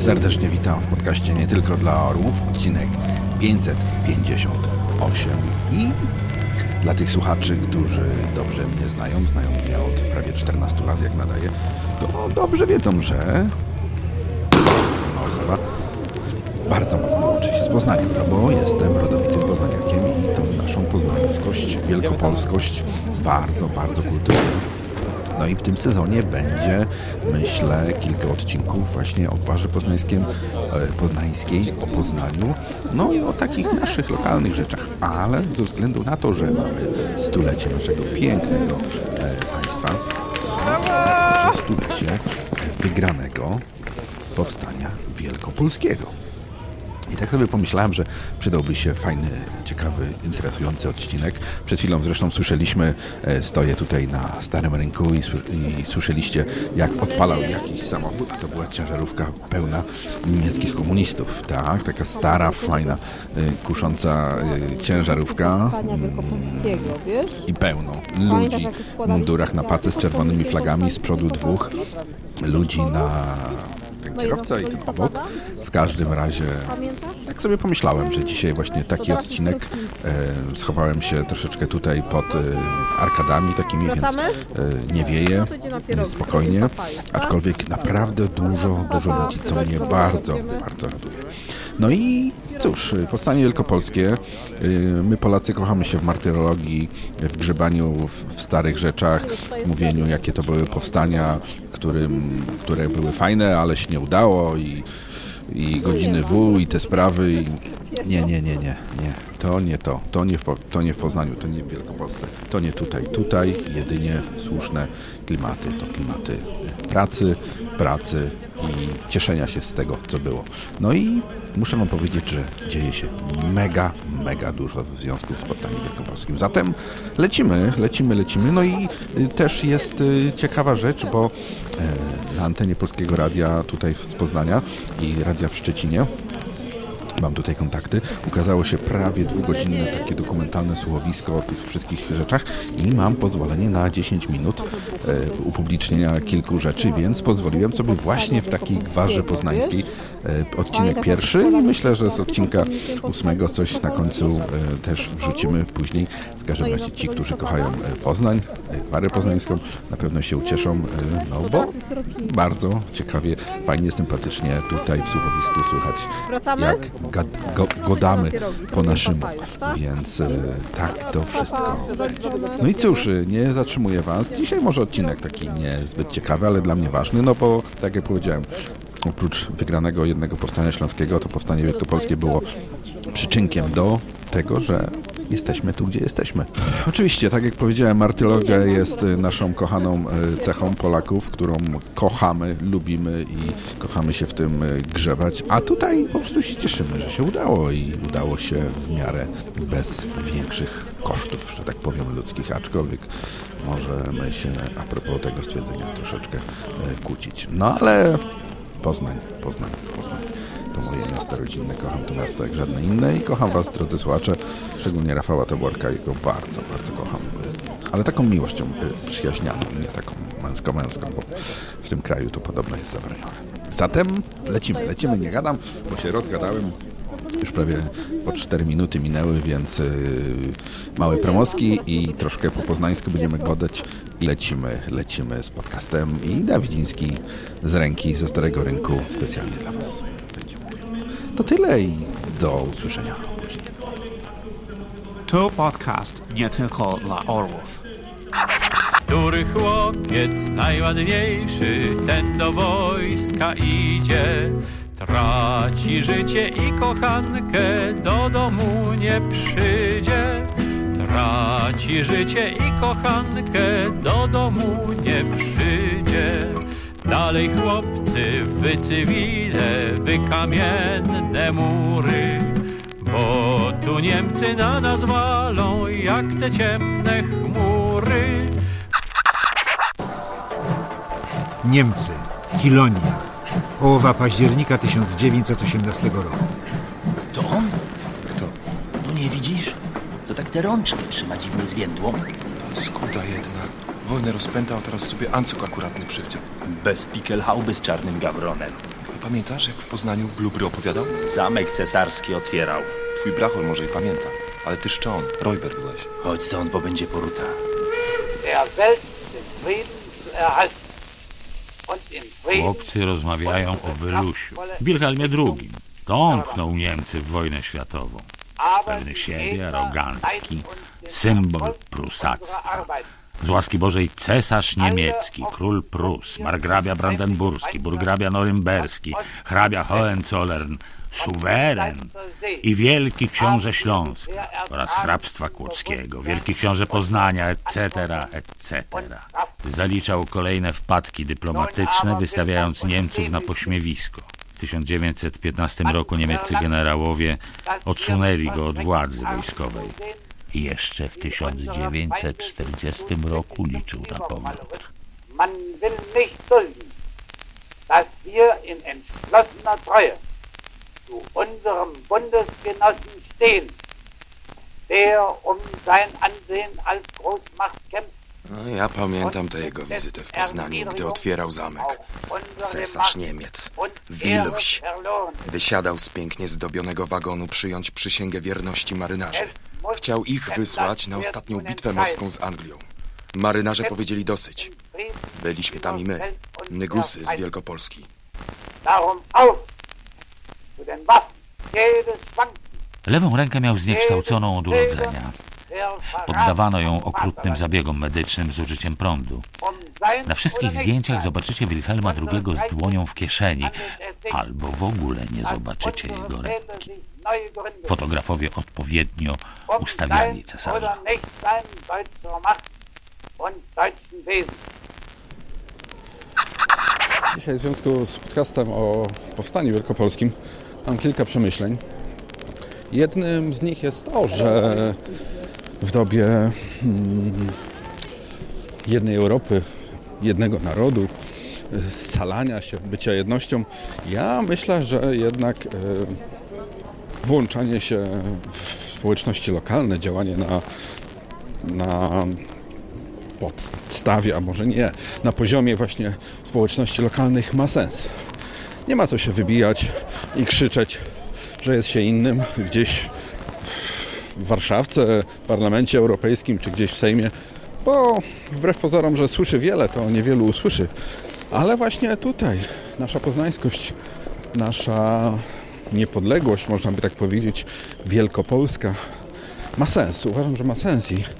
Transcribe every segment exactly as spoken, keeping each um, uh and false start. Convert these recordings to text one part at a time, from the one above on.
serdecznie witam w podcaście Nie Tylko dla Orłów, odcinek pięćset pięćdziesiąt osiem. I dla tych słuchaczy, którzy dobrze mnie znają, znają mnie od prawie czternastu lat, jak nadaję, to dobrze wiedzą, że ta osoba bardzo mocno łączy się z Poznaniem, no bo jestem rodowitym poznaniakiem i tą naszą poznańskość, wielkopolskość bardzo, bardzo kultywuję. No i w tym sezonie będzie, myślę, kilka odcinków właśnie o gwarze poznańskiej, poznańskiej, o Poznaniu, no i o takich naszych lokalnych rzeczach, ale ze względu na to, że mamy stulecie naszego pięknego e, państwa, to stulecie wygranego powstania wielkopolskiego. I tak sobie pomyślałem, że przydałby się fajny, ciekawy, interesujący odcinek. Przed chwilą zresztą słyszeliśmy, stoję tutaj na Starym Rynku i, i słyszeliście, jak odpalał jakiś samochód. To była ciężarówka pełna niemieckich komunistów. Tak, taka stara, fajna, kusząca ciężarówka. I pełno ludzi w mundurach na pace z czerwonymi flagami. Z przodu dwóch ludzi na... ten kierowca i ten obok. W każdym razie, tak sobie pomyślałem, że dzisiaj właśnie taki odcinek, e, schowałem się troszeczkę tutaj pod e, arkadami takimi, więc e, nie wieje, jest spokojnie, aczkolwiek naprawdę dużo, dużo ludzi, co mnie bardzo, bardzo raduje. No i cóż, powstanie wielkopolskie. My Polacy kochamy się w martyrologii, w grzebaniu w, w starych rzeczach, w mówieniu, jakie to były powstania, którym, które były fajne, ale się nie udało i, i godziny W i te sprawy. I... Nie, nie, nie, nie, nie. To nie to. To nie, w, to nie w Poznaniu, to nie w Wielkopolsce. To nie tutaj. Tutaj jedynie słuszne klimaty. To klimaty pracy, pracy i cieszenia się z tego, co było. No i muszę wam powiedzieć, że dzieje się mega, mega dużo w związku z powstaniem wielkopolskim. Zatem lecimy, lecimy, lecimy. No i też jest ciekawa rzecz, bo na antenie Polskiego Radia tutaj z Poznania i Radia w Szczecinie, mam tutaj kontakty, ukazało się prawie dwugodzinne takie dokumentalne słuchowisko o tych wszystkich rzeczach i mam pozwolenie na dziesięć minut e, upublicznienia kilku rzeczy, więc pozwoliłem sobie właśnie w takiej gwarze poznańskiej e, odcinek pierwszy i myślę, że z odcinka ósmego coś na końcu e, też wrzucimy później. W każdym razie ci, którzy kochają e, Poznań, e, gwarę poznańską, na pewno się ucieszą, e, no bo bardzo ciekawie, fajnie, sympatycznie tutaj w słuchowisku słychać, jak Gad, go, godamy po naszemu, więc e, tak to wszystko będzie. No i cóż, nie zatrzymuję was. Dzisiaj może odcinek taki niezbyt ciekawy, ale dla mnie ważny, no bo tak jak powiedziałem, oprócz wygranego jednego powstania śląskiego, to powstanie wielkopolskie było przyczynkiem do tego, że jesteśmy tu, gdzie jesteśmy. Oczywiście, tak jak powiedziałem, martyrologia jest naszą kochaną cechą Polaków, którą kochamy, lubimy i kochamy się w tym grzebać, a tutaj po prostu się cieszymy, że się udało i udało się w miarę bez większych kosztów, że tak powiem, ludzkich, aczkolwiek możemy się a propos tego stwierdzenia troszeczkę kłócić. No ale Poznań, Poznań, Poznań. To moje miasto rodzinne, kocham to miasto jak żadne inne i kocham was, drodzy słuchacze, szczególnie Rafała Toborka, jego bardzo, bardzo kocham, ale taką miłością przyjaźnianą, nie taką męsko-męską, bo w tym kraju to podobno jest zabronione. Zatem lecimy, lecimy, nie gadam, bo się rozgadałem, już prawie po cztery minuty minęły, więc yy, małe promoski i troszkę po poznańsku będziemy godać i lecimy, lecimy z podcastem i Dawidziński z ręki, ze Starego Rynku, specjalnie dla was. To tyle i do usłyszenia później. To podcast nie tylko dla orłów. Który chłopiec najładniejszy, ten do wojska idzie. Traci życie i kochankę, do domu nie przyjdzie. Traci życie i kochankę, do domu nie przyjdzie. Dalej chłopcy, wy cywile, wy kamienne mury, bo tu Niemcy na nas walą, jak te ciemne chmury. Niemcy, Kilonia, połowa października tysiąc dziewięćset osiemnastego roku. To on? Kto? No nie widzisz? Co tak te rączki trzyma dziwnie zwiędłą? Skuda jedna. Wojnę rozpętał, teraz sobie ancuk akuratny przywdział. Bez pikelhauby z czarnym gawronem. Pamiętasz, jak w Poznaniu Blubry opowiadał? Zamek cesarski otwierał. Twój brachol może i pamięta, ale ty szczon, Räuber byłeś. Chodź stąd, bo będzie poruta. Chłopcy rozmawiają o Wylusiu, Wilhelmie drugim. Tąpnął Niemcy w wojnę światową. Pewny siebie, arogancki, symbol prusactwa. Z łaski Bożej cesarz niemiecki, król Prus, margrabia brandenburski, burgrabia norymberski, hrabia Hohenzollern, suweren i wielki książę Śląska oraz hrabstwa kłodzkiego, wielki książę Poznania, et cetera, et cetera. Zaliczał kolejne wpadki dyplomatyczne, wystawiając Niemców na pośmiewisko. W tysiąc dziewięćset piętnastym roku niemieccy generałowie odsunęli go od władzy wojskowej. I jeszcze w tysiąc dziewięćset czterdziestym roku liczył na powrót. Man will nicht dulden, dass wir in entschlossener Treue zu unserem Bundesgenossen stehen, der um sein Ansehen als Großmacht kämpft. No, ja pamiętam tę jego wizytę w Poznaniu, gdy otwierał zamek. Cesarz Niemiec, Wiluś, wysiadał z pięknie zdobionego wagonu przyjąć przysięgę wierności marynarzy. Chciał ich wysłać na ostatnią bitwę morską z Anglią. Marynarze powiedzieli dosyć. Byliśmy tam i my, Nygusy z Wielkopolski. Lewą rękę miał zniekształconą od urodzenia. Poddawano ją okrutnym zabiegom medycznym z użyciem prądu. Na wszystkich zdjęciach zobaczycie Wilhelma drugiego z dłonią w kieszeni, albo w ogóle nie zobaczycie jego ręki. Fotografowie odpowiednio ustawiali cesarza. Dzisiaj w związku z podcastem o Powstaniu Wielkopolskim mam kilka przemyśleń. Jednym z nich jest to, że w dobie hmm, jednej Europy, jednego narodu, scalania się, bycia jednością, ja myślę, że jednak e, włączanie się w społeczności lokalne, działanie na, na podstawie, a może nie, na poziomie właśnie społeczności lokalnych ma sens. Nie ma co się wybijać i krzyczeć, że jest się innym gdzieś w Warszawce, w Parlamencie Europejskim czy gdzieś w Sejmie, bo wbrew pozorom, że słyszy wiele, to niewielu usłyszy. Ale właśnie tutaj nasza poznańskość, nasza niepodległość, można by tak powiedzieć, wielkopolska, ma sens. Uważam, że ma sens i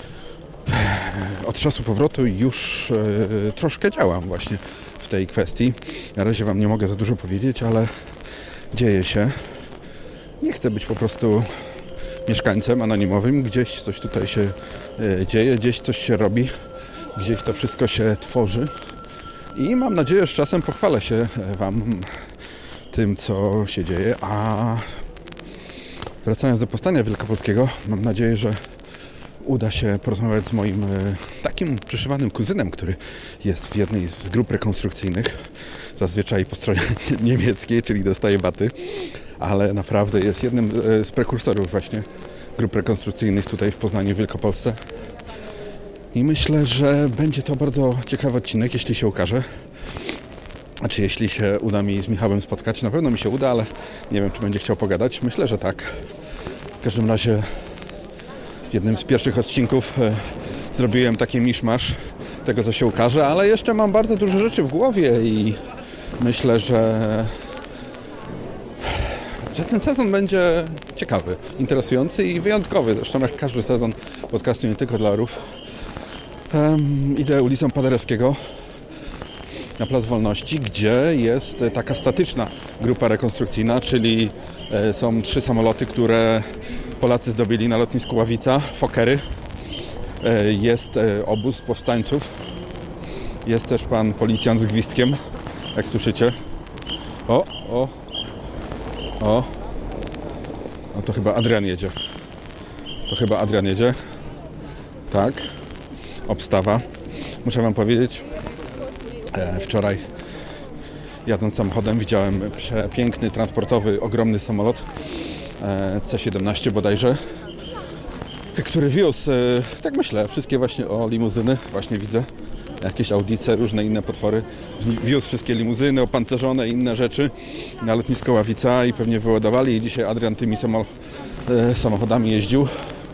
od czasu powrotu już e, troszkę działam właśnie w tej kwestii. Na razie Wam nie mogę za dużo powiedzieć, ale dzieje się. Nie chcę być po prostu mieszkańcem anonimowym. Gdzieś coś tutaj się e, dzieje, gdzieś coś się robi, gdzieś to wszystko się tworzy. I mam nadzieję, że z czasem pochwalę się Wam tym, co się dzieje. A wracając do Powstania Wielkopolskiego, mam nadzieję, że uda się porozmawiać z moim takim przyszywanym kuzynem, który jest w jednej z grup rekonstrukcyjnych, zazwyczaj po stronie niemieckiej, czyli dostaje baty, ale naprawdę jest jednym z prekursorów właśnie grup rekonstrukcyjnych tutaj w Poznaniu, w Wielkopolsce. I myślę, że będzie to bardzo ciekawy odcinek, jeśli się ukaże. Znaczy, jeśli się uda mi z Michałem spotkać. Na pewno mi się uda, ale nie wiem, czy będzie chciał pogadać. Myślę, że tak. W każdym razie w jednym z pierwszych odcinków e, zrobiłem taki miszmasz tego, co się ukaże, ale jeszcze mam bardzo dużo rzeczy w głowie i myślę, że, że ten sezon będzie ciekawy, interesujący i wyjątkowy. Zresztą jak każdy sezon podcastu nie tylko dla orłów. Um, idę ulicą Paderewskiego na Plac Wolności, gdzie jest taka statyczna grupa rekonstrukcyjna, czyli e, są trzy samoloty, które Polacy zdobyli na lotnisku Ławica, Fokkery. E, jest e, obóz powstańców. Jest też pan policjant z gwizdkiem, jak słyszycie. O, o, o. No to chyba Adrian jedzie. To chyba Adrian jedzie. Tak. Obstawa. Muszę Wam powiedzieć, e, wczoraj jadąc samochodem widziałem przepiękny, transportowy, ogromny samolot e, C siedemnaście bodajże, który wiózł, e, tak myślę, wszystkie właśnie o limuzyny, właśnie widzę, jakieś audice, różne inne potwory. Wiózł wszystkie limuzyny opancerzone i inne rzeczy na lotnisko Ławica i pewnie wyładowali i dzisiaj Adrian tymi samochodami jeździł.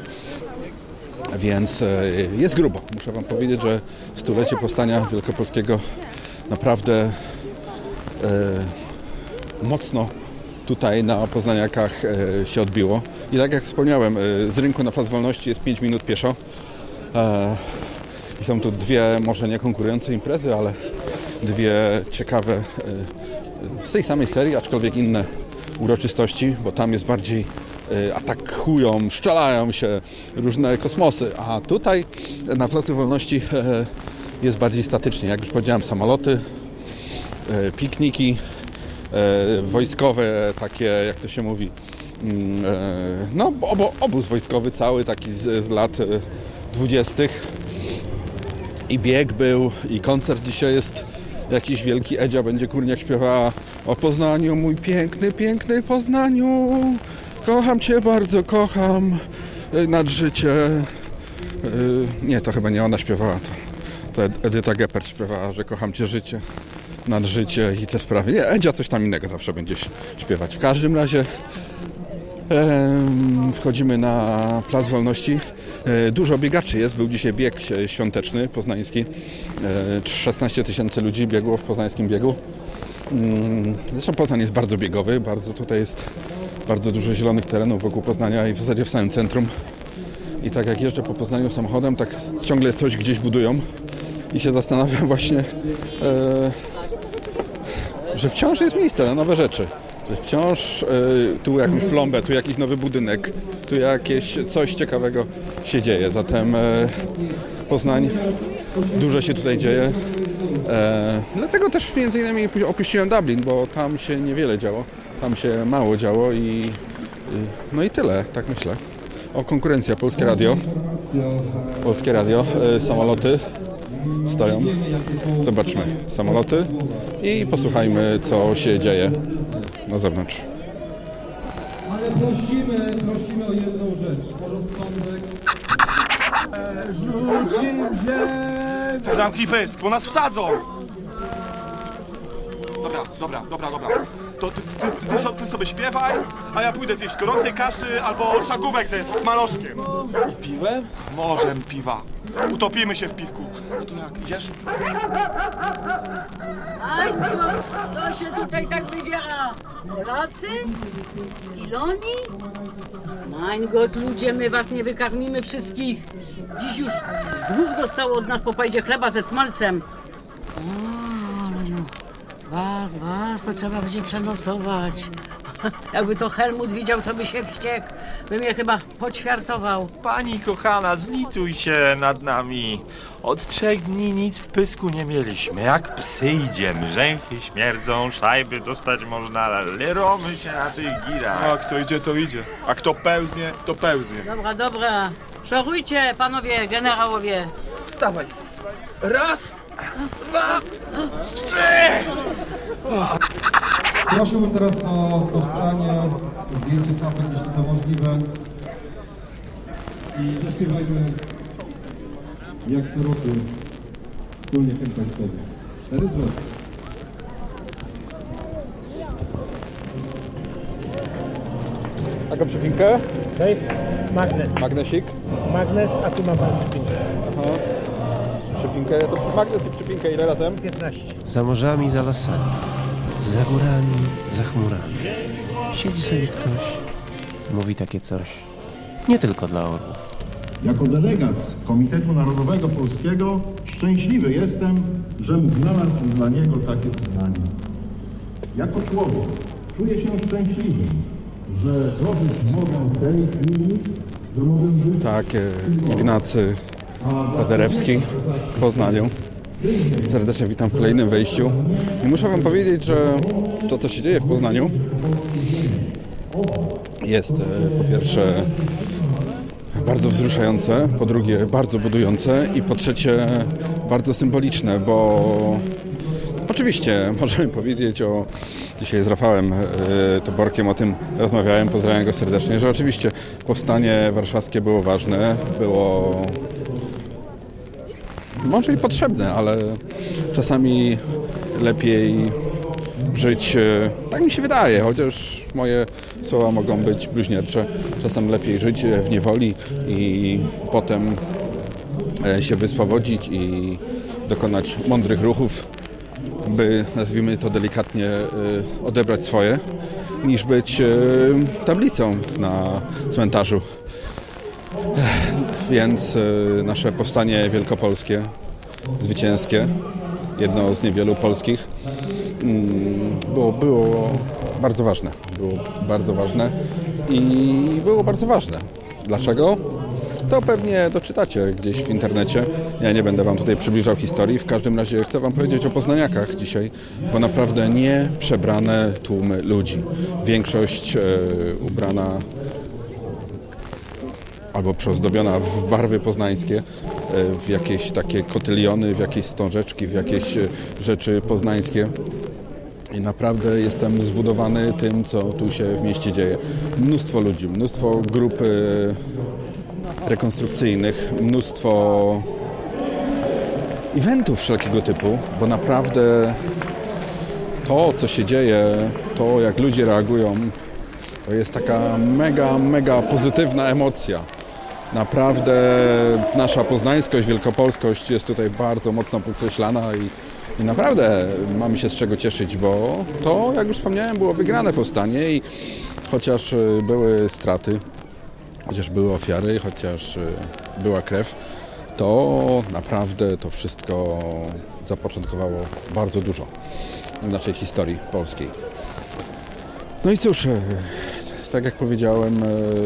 Więc jest grubo. Muszę wam powiedzieć, że stulecie powstania wielkopolskiego naprawdę e, mocno tutaj na poznaniakach e, się odbiło. I tak jak wspomniałem, e, z rynku na Plac Wolności jest pięć minut pieszo. E, I są tu dwie, może nie konkurujące imprezy, ale dwie ciekawe e, z tej samej serii, aczkolwiek inne uroczystości, bo tam jest bardziej e, atakują, strzelają się różne kosmosy, a tutaj na Placu Wolności e, jest bardziej statycznie. Jak już powiedziałem, samoloty, e, pikniki, e, wojskowe, takie, jak to się mówi, e, no obo, obóz wojskowy cały, taki z, z lat dwudziestych. I bieg był, i koncert dzisiaj jest jakiś wielki. Edzia będzie Kurniak śpiewała o Poznaniu, mój piękny, piękny Poznaniu. Kocham Cię bardzo, kocham nad życie. Nie, to chyba nie ona śpiewała, to, to Edyta Geppert śpiewała, że kocham Cię życie, nad życie i te sprawy. Nie, Edzia coś tam innego zawsze będzie śpiewać. W każdym razie em, wchodzimy na Plac Wolności. Dużo biegaczy jest, był dzisiaj bieg świąteczny poznański. szesnaście tysięcy ludzi biegło w poznańskim biegu. Zresztą Poznań jest bardzo biegowy, bardzo tutaj jest bardzo dużo zielonych terenów wokół Poznania i w zasadzie w samym centrum. I tak jak jeżdżę po Poznaniu samochodem, tak ciągle coś gdzieś budują i się zastanawiam właśnie, e, że wciąż jest miejsce na nowe rzeczy. Że wciąż e, tu jakąś plombę, tu jakiś nowy budynek, tu jakieś coś ciekawego się dzieje. Zatem e, Poznań, dużo się tutaj dzieje. E, dlatego też między innymi opuściłem Dublin, bo tam się niewiele działo. Tam się mało działo i, i no i tyle, tak myślę. O, konkurencja, Polskie Radio. Polskie Radio, e, samoloty stoją. Zobaczmy samoloty i posłuchajmy, co się dzieje na zewnątrz. Ale prosimy, prosimy o jedną rzecz. O rozsądek. Ty zamknij pysk, bo nas wsadzą! Dobra, dobra, dobra, dobra. To ty, ty, ty, ty, ty sobie śpiewaj, a ja pójdę zjeść gorącej kaszy albo szagówek ze smaloszkiem. I piwem? Morzem piwa. Utopimy się w piwku. No to jak, idziesz? Aj, to się tutaj tak wydziera. Polacy? Z Kilonii? Mein Gott, ludzie, my was nie wykarmimy wszystkich. Dziś już z dwóch dostało od nas po pajdzie chleba ze smalcem. O, ale no, was, was, to trzeba będzie przenocować. Jakby to Helmut widział, to by się wściekł. By mnie chyba poćwiartował. Pani kochana, zlituj się nad nami. Od trzech dni nic w pysku nie mieliśmy. Jak psy idziemy, rzęchy śmierdzą, szajby dostać można, leromy się na tych girach. A kto idzie, to idzie. A kto pełznie, to pełznie. Dobra, dobra. Szorujcie, panowie generałowie. Wstawaj. Raz, dwa, trzy. Prosiłbym teraz o powstanie, zdjęcie czapek, jeśli to możliwe. I zaśpiewajmy jak co roku wspólnie hymn państwowy. Cztery zwroty. Taką przypinkę? To jest magnes. Magnesik? Magnes, a tu ma pan przypinkę. Aha. Przypinkę, to magnes i przypinkę ile razem? piętnaście. Za morzami, za lasami, za górami, za chmurami. Siedzi sobie ktoś, mówi takie coś. Nie tylko dla orłów. Jako delegat Komitetu Narodowego Polskiego szczęśliwy jestem, żem znalazł dla niego takie uznanie. Jako człowiek czuję się szczęśliwy, że dożyć mogę w tej chwili, że mogę żyć... Tak, Ignacy Paderewski w Poznaniu. Serdecznie witam w kolejnym wejściu. I muszę wam powiedzieć, że to, co się dzieje w Poznaniu, jest po pierwsze bardzo wzruszające, po drugie bardzo budujące i po trzecie bardzo symboliczne, bo oczywiście możemy powiedzieć o... Dzisiaj z Rafałem Toborkiem o tym rozmawiałem, pozdrawiam go serdecznie, że oczywiście powstanie warszawskie było ważne, było może i potrzebne, ale czasami lepiej żyć, tak mi się wydaje, chociaż moje słowa mogą być bluźniercze. Czasem lepiej żyć w niewoli i potem się wyswobodzić i dokonać mądrych ruchów, by, nazwijmy to delikatnie, odebrać swoje, niż być tablicą na cmentarzu. Więc nasze powstanie wielkopolskie, zwycięskie, jedno z niewielu polskich, było, było bardzo ważne. Było bardzo ważne i było bardzo ważne. Dlaczego? To pewnie doczytacie gdzieś w internecie. Ja nie będę wam tutaj przybliżał historii. W każdym razie chcę wam powiedzieć o poznaniakach dzisiaj, bo naprawdę nie przebrane tłumy ludzi. Większość e, ubrana albo przeozdobiona w barwy poznańskie, w jakieś takie kotyliony, w jakieś wstążeczki, w jakieś rzeczy poznańskie. I naprawdę jestem zbudowany tym, co tu się w mieście dzieje. Mnóstwo ludzi, mnóstwo grup rekonstrukcyjnych, mnóstwo eventów wszelkiego typu, bo naprawdę to, co się dzieje, to jak ludzie reagują, to jest taka mega, mega pozytywna emocja. Naprawdę nasza poznańskość, wielkopolskość jest tutaj bardzo mocno podkreślana i, i naprawdę mamy się z czego cieszyć, bo to, jak już wspomniałem, było wygrane powstanie i chociaż były straty, chociaż były ofiary, chociaż była krew, to naprawdę to wszystko zapoczątkowało bardzo dużo w naszej historii polskiej. No i cóż, tak jak powiedziałem,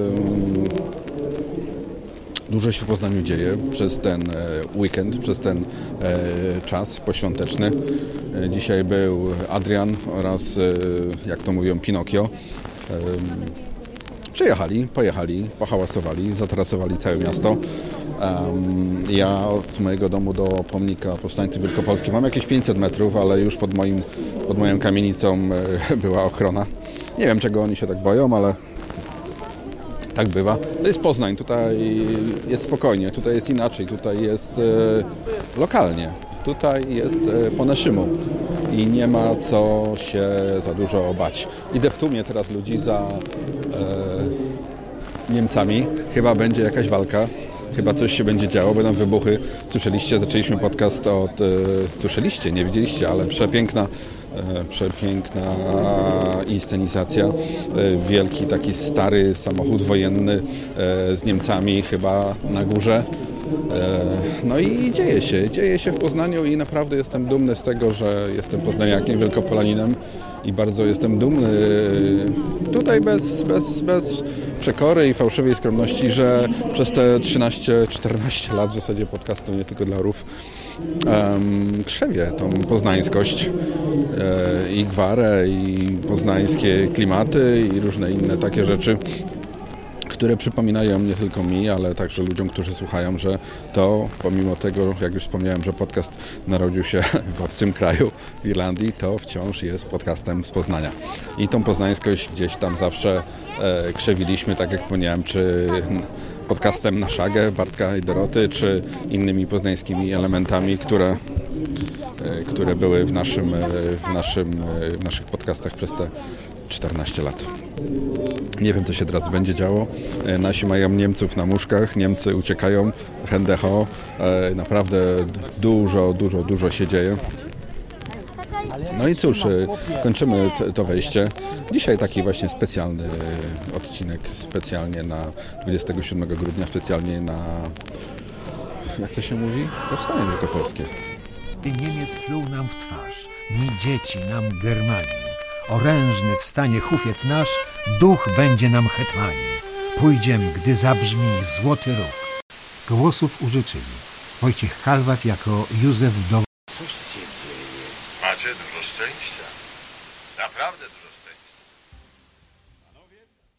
dużo się w Poznaniu dzieje przez ten weekend, przez ten czas poświąteczny. Dzisiaj był Adrian oraz, jak to mówią, Pinokio. Przyjechali, pojechali, pohałasowali, zatrasowali całe miasto. Ja od mojego domu do pomnika Powstańców Wielkopolskich mam jakieś pięćset metrów, ale już pod, moim, pod moją kamienicą była ochrona. Nie wiem, czego oni się tak boją, ale tak bywa. To jest Poznań, tutaj jest spokojnie, tutaj jest inaczej, tutaj jest e, lokalnie, tutaj jest e, po naszemu i nie ma co się za dużo bać. Idę w tłumie teraz ludzi za e, Niemcami, chyba będzie jakaś walka, chyba coś się będzie działo, będą wybuchy. Słyszeliście, zaczęliśmy podcast od... E, słyszeliście, nie widzieliście, ale przepiękna Przepiękna inscenizacja. Wielki taki stary samochód wojenny z Niemcami chyba na górze. No i dzieje się, dzieje się w Poznaniu i naprawdę jestem dumny z tego, że jestem poznaniakiem, wielkopolaninem i bardzo jestem dumny tutaj bez, bez, bez przekory i fałszywej skromności, że przez te trzynaście czternaście lat w zasadzie podcastu Nie Tylko dla Orłów Um, krzewię tą poznańskość e, i gwarę, i poznańskie klimaty i różne inne takie rzeczy, które przypominają nie tylko mi, ale także ludziom, którzy słuchają, że to pomimo tego, jak już wspomniałem, że podcast narodził się w obcym kraju, w Irlandii, to wciąż jest podcastem z Poznania. I tą poznańskość gdzieś tam zawsze e, krzewiliśmy, tak jak wspomniałem, czy podcastem na szagę Bartka i Doroty, czy innymi poznańskimi elementami, które, które były w, naszym, w, naszym, w naszych podcastach przez te czternaście lat. Nie wiem, co się teraz będzie działo. Nasi mają Niemców na muszkach, Niemcy uciekają, hendeho. Naprawdę dużo, dużo, dużo się dzieje. No i cóż, kończymy to wejście. Dzisiaj taki właśnie specjalny odcinek, specjalnie na dwudziestego siódmego grudnia, specjalnie na, jak to się mówi? Powstanie Wielkopolskie. Niemiec pluł nam w twarz, ni dzieci nam Germanii. Orężny wstanie hufiec nasz, duch będzie nam hetmanin. Pójdziem, gdy zabrzmi złoty róg. Głosów użyczyli Wojciech Halwat jako Józef Dowód.